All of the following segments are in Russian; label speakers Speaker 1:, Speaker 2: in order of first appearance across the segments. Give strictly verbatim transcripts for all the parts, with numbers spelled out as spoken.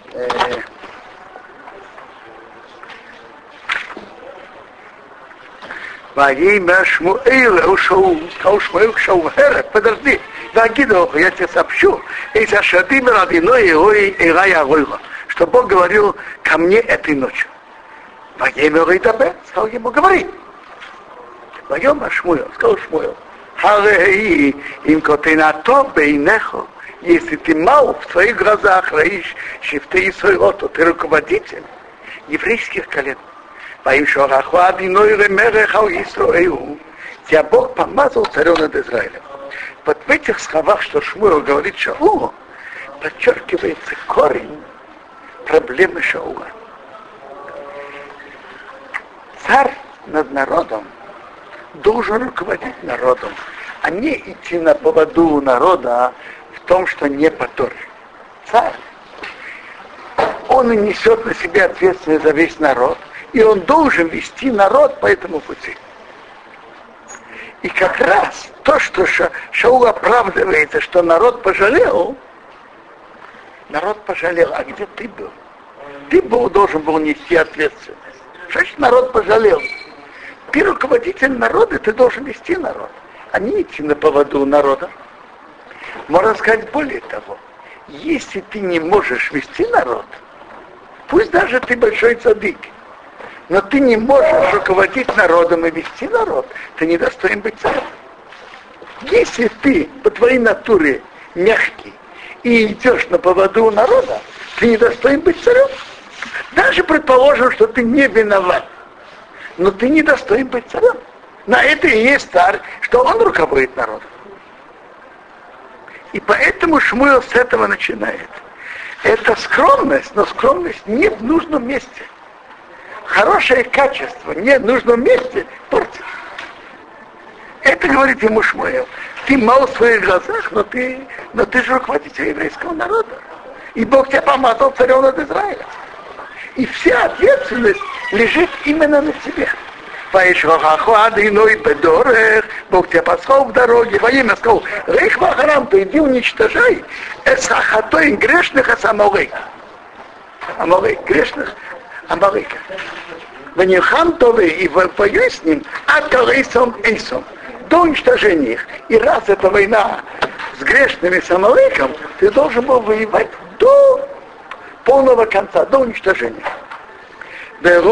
Speaker 1: Во имя Шмуэля ушел, сказал Шмуэль к Шаухера, подожди, да Гидоху, я тебе сообщу, из Ашадим Равиной и Ирая Ройла, что Бог говорил ко мне этой ночью. Во имя Рейдабе, сказал ему, говори. Во имя Шмуэль, сказал Шмуэль, Харей, им котенато бейнехо, если ты мал в своих глазах, раишь, шифты и свой рот, то ты руководитель еврейских колен. Тебя Бог помазал царем над Израилем. Вот в этих словах, что Шмуэл говорит Шаулу, подчеркивается корень проблемы Шаула. Царь над народом должен руководить народом, а не идти на поводу у народа в том, что не по Торе. Царь, он и несет на себя ответственность за весь народ, и он должен вести народ по этому пути. И как раз то, что Ша, Шаул оправдывается, что народ пожалел, народ пожалел, а где ты был? Ты был, должен был нести ответственность. Что значит народ пожалел? Ты руководитель народа, ты должен вести народ, а не идти на поводу народа. Можно сказать более того, если ты не можешь вести народ, пусть даже ты большой цадик, но ты не можешь руководить народом и вести народ, ты не достоин быть царем. Если ты по твоей натуре мягкий и идешь на поводу у народа, ты не достоин быть царем. Даже предположим, что ты не виноват, но ты не достоин быть царем. На это и есть царь, что он руководит народом. И поэтому Шмуэл с этого начинает. Это скромность, но скромность не в нужном месте. Хорошее качество не в нужном месте портит. Это говорит ему Шмуэл. Ты мал в своих глазах, но ты, но ты же руководитель еврейского народа. И Бог тебя помазал царем над Израилем. И вся ответственность лежит именно на тебе. Бог тебя послал в дороге, во имя сказал, Рейхва Харам, то иди уничтожай эсахатой грешных асамалейка. Амалейк, грешных Амалейка. Ванихам товы и воюй с ним, а колесом эйсом. До уничтожения их. И раз эта война с грешными с Амалейком, ты должен был воевать до полного конца, до уничтожения. А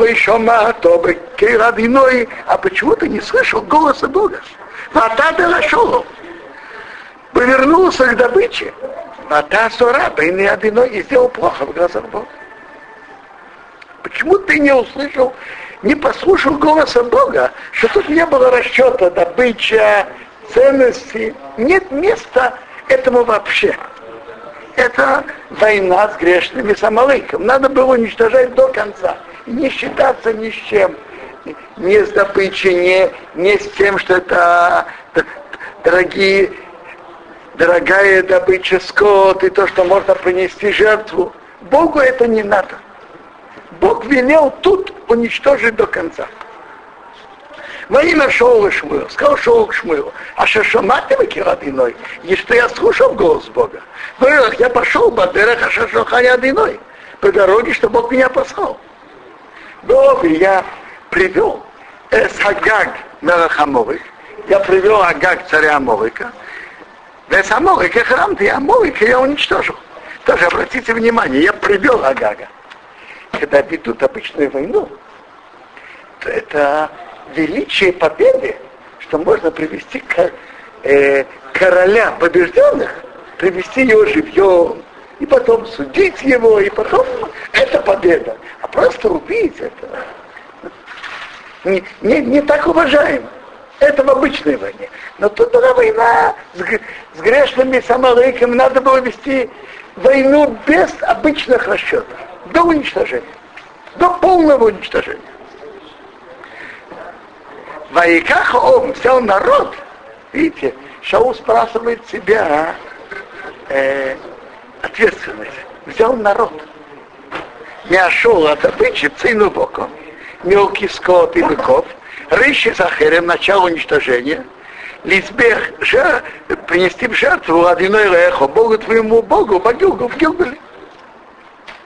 Speaker 1: почему ты не слышал голоса Бога? Ватада нашел. Повернулся к добыче. Вата сора, бейны одиной, и сделал плохо в глазах Бога. Почему ты не услышал, не послушал голоса Бога, что тут не было расчета, добыча, ценности? Нет места этому вообще. Это война с грешными с Амалейком. Надо было уничтожать до конца. И не считаться ни с чем. Не с добычей, не, не с тем, что это дорогие, дорогая добыча, скот, и то, что можно принести жертву. Богу это не надо. Бог велел тут уничтожить до конца. Во имя Шаула Шмуэл, сказал Шаул к Шмуэлу, а шашоматым и кирадиной, и что я слушал голос Бога. Говорил, я пошел в Бадерах, а шашоханя одиной, по дороге, что Бог меня послал. Бог, я привел эс Агаг мелех Аморик, я привел Агаг царя Аморика, вес Аморика храм, ты Аморика я уничтожил. Тоже обратите внимание, я привел Агага. Когда ведут обычную войну, то это величие победы, что можно привести к, э, короля побежденных, привести его живьем, и потом судить его, и потом это победа. А просто убить это не, не, не так уважаемо. Это в обычной войне. Но тут была война с, с грешными с Амалейком, надо было вести войну без обычных расчетов, до уничтожения, до полного уничтожения. Ваиках он взял народ, видите, Шаул спрашивает себя э, ответственность. Взял народ. Не ошел от добычи цену боком, мелкий скот и быков, рыщи за херем, начало уничтожения, лизбех, жа, принести в жертву одиной рехо, Богу твоему Богу, Богу в Гилгале.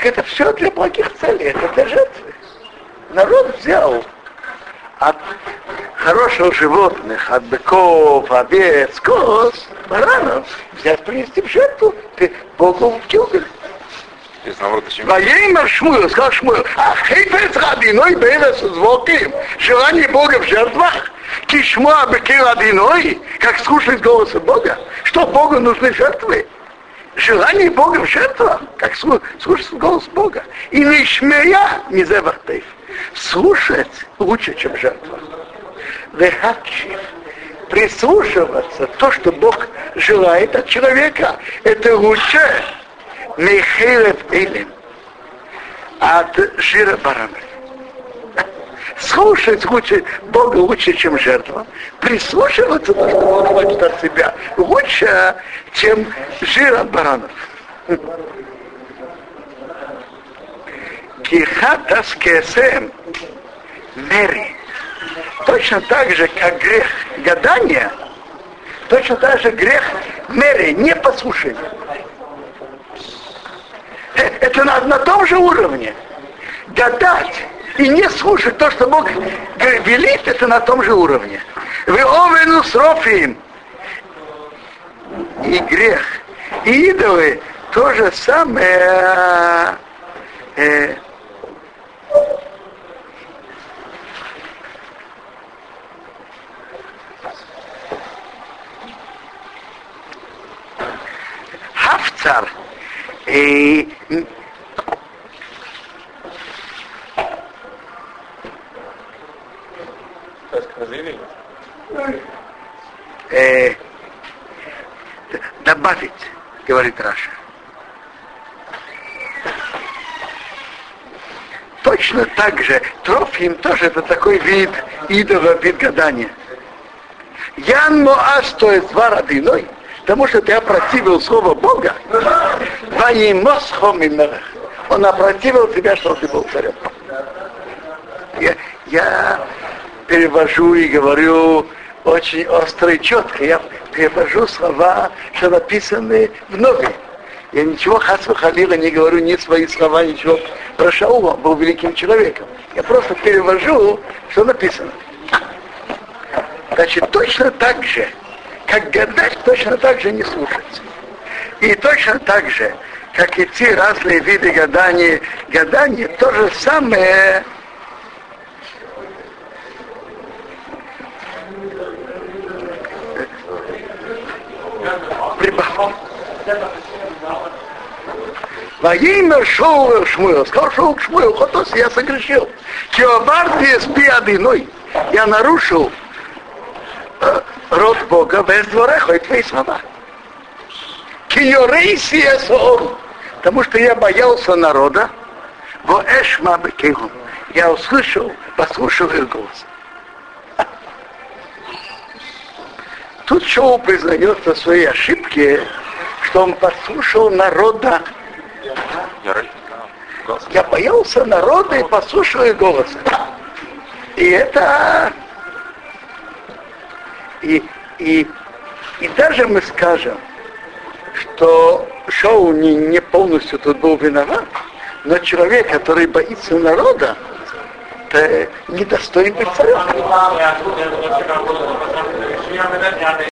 Speaker 1: Так это все для благих целей, это для жертвы. Народ взял от хороших животных, от быков, овец, коз, баранов, взять, принести в жертву Богу в Гилгаль. Воеймер Шмуэл, сказал Шмуэл, а хейфец радиной бейлес звуким, желание Бога в жертвах, кишмуа беки радиной, как слушать голоса Бога. Что Богу нужны жертвы? Желание Бога в жертвах, как слушать голос Бога. И не шмея, не зевартейф. Слушать лучше, чем жертва. Вехакшив. Прислушиваться, то, что Бог желает от человека, это лучше мейхелев элем от жира барана. Слушать лучше Бога лучше, чем жертва. Прислушиваться, то, что Бог хочет от себя, лучше, чем жир от баранов. Кихатас кесем мери. Точно так же, как грех гадания, точно так же грех мери, непослушания. Это на, на том же уровне. Гадать и не слушать то, что Бог велит, это на том же уровне. Вы овену срофим. И грех, и идолы то же самое. Э, Хавцар и э, добавить, говорит Раша. Точно так же Трофим тоже это такой вид идола, вид гадания. Ян Моас, то есть два родиной, потому что ты опротивил слово Бога, он опротивил тебя, что ты был царем. Я, я перевожу и говорю очень остро и четко. Я перевожу слова, что написаны в Нове. Я ничего хасва халила не говорю, ни свои слова, ничего про Шаула, был великим человеком. Я просто перевожу, что написано. Значит, точно так же, как гадать, точно так же не слушать. И точно так же, как идти разные виды гадания, гадание то же самое. Прибавки. Во имя Шоула Шмуэл, сказал Шоул Шмуэл, хотос я согрешил. Киобарти спи одиной, я нарушил э, род Бога без двореха и твои слова. Киорейси эсоом, потому что я боялся народа, во эшма бекегум, я услышал, послушал их голос. Тут Шоул признается в своей ошибке, что он послушал народа. Я боялся народа и послушал их голоса. И это... И, и, и даже мы скажем, что Шоу не, не полностью тут был виноват, но человек, который боится народа, не достоин быть царем.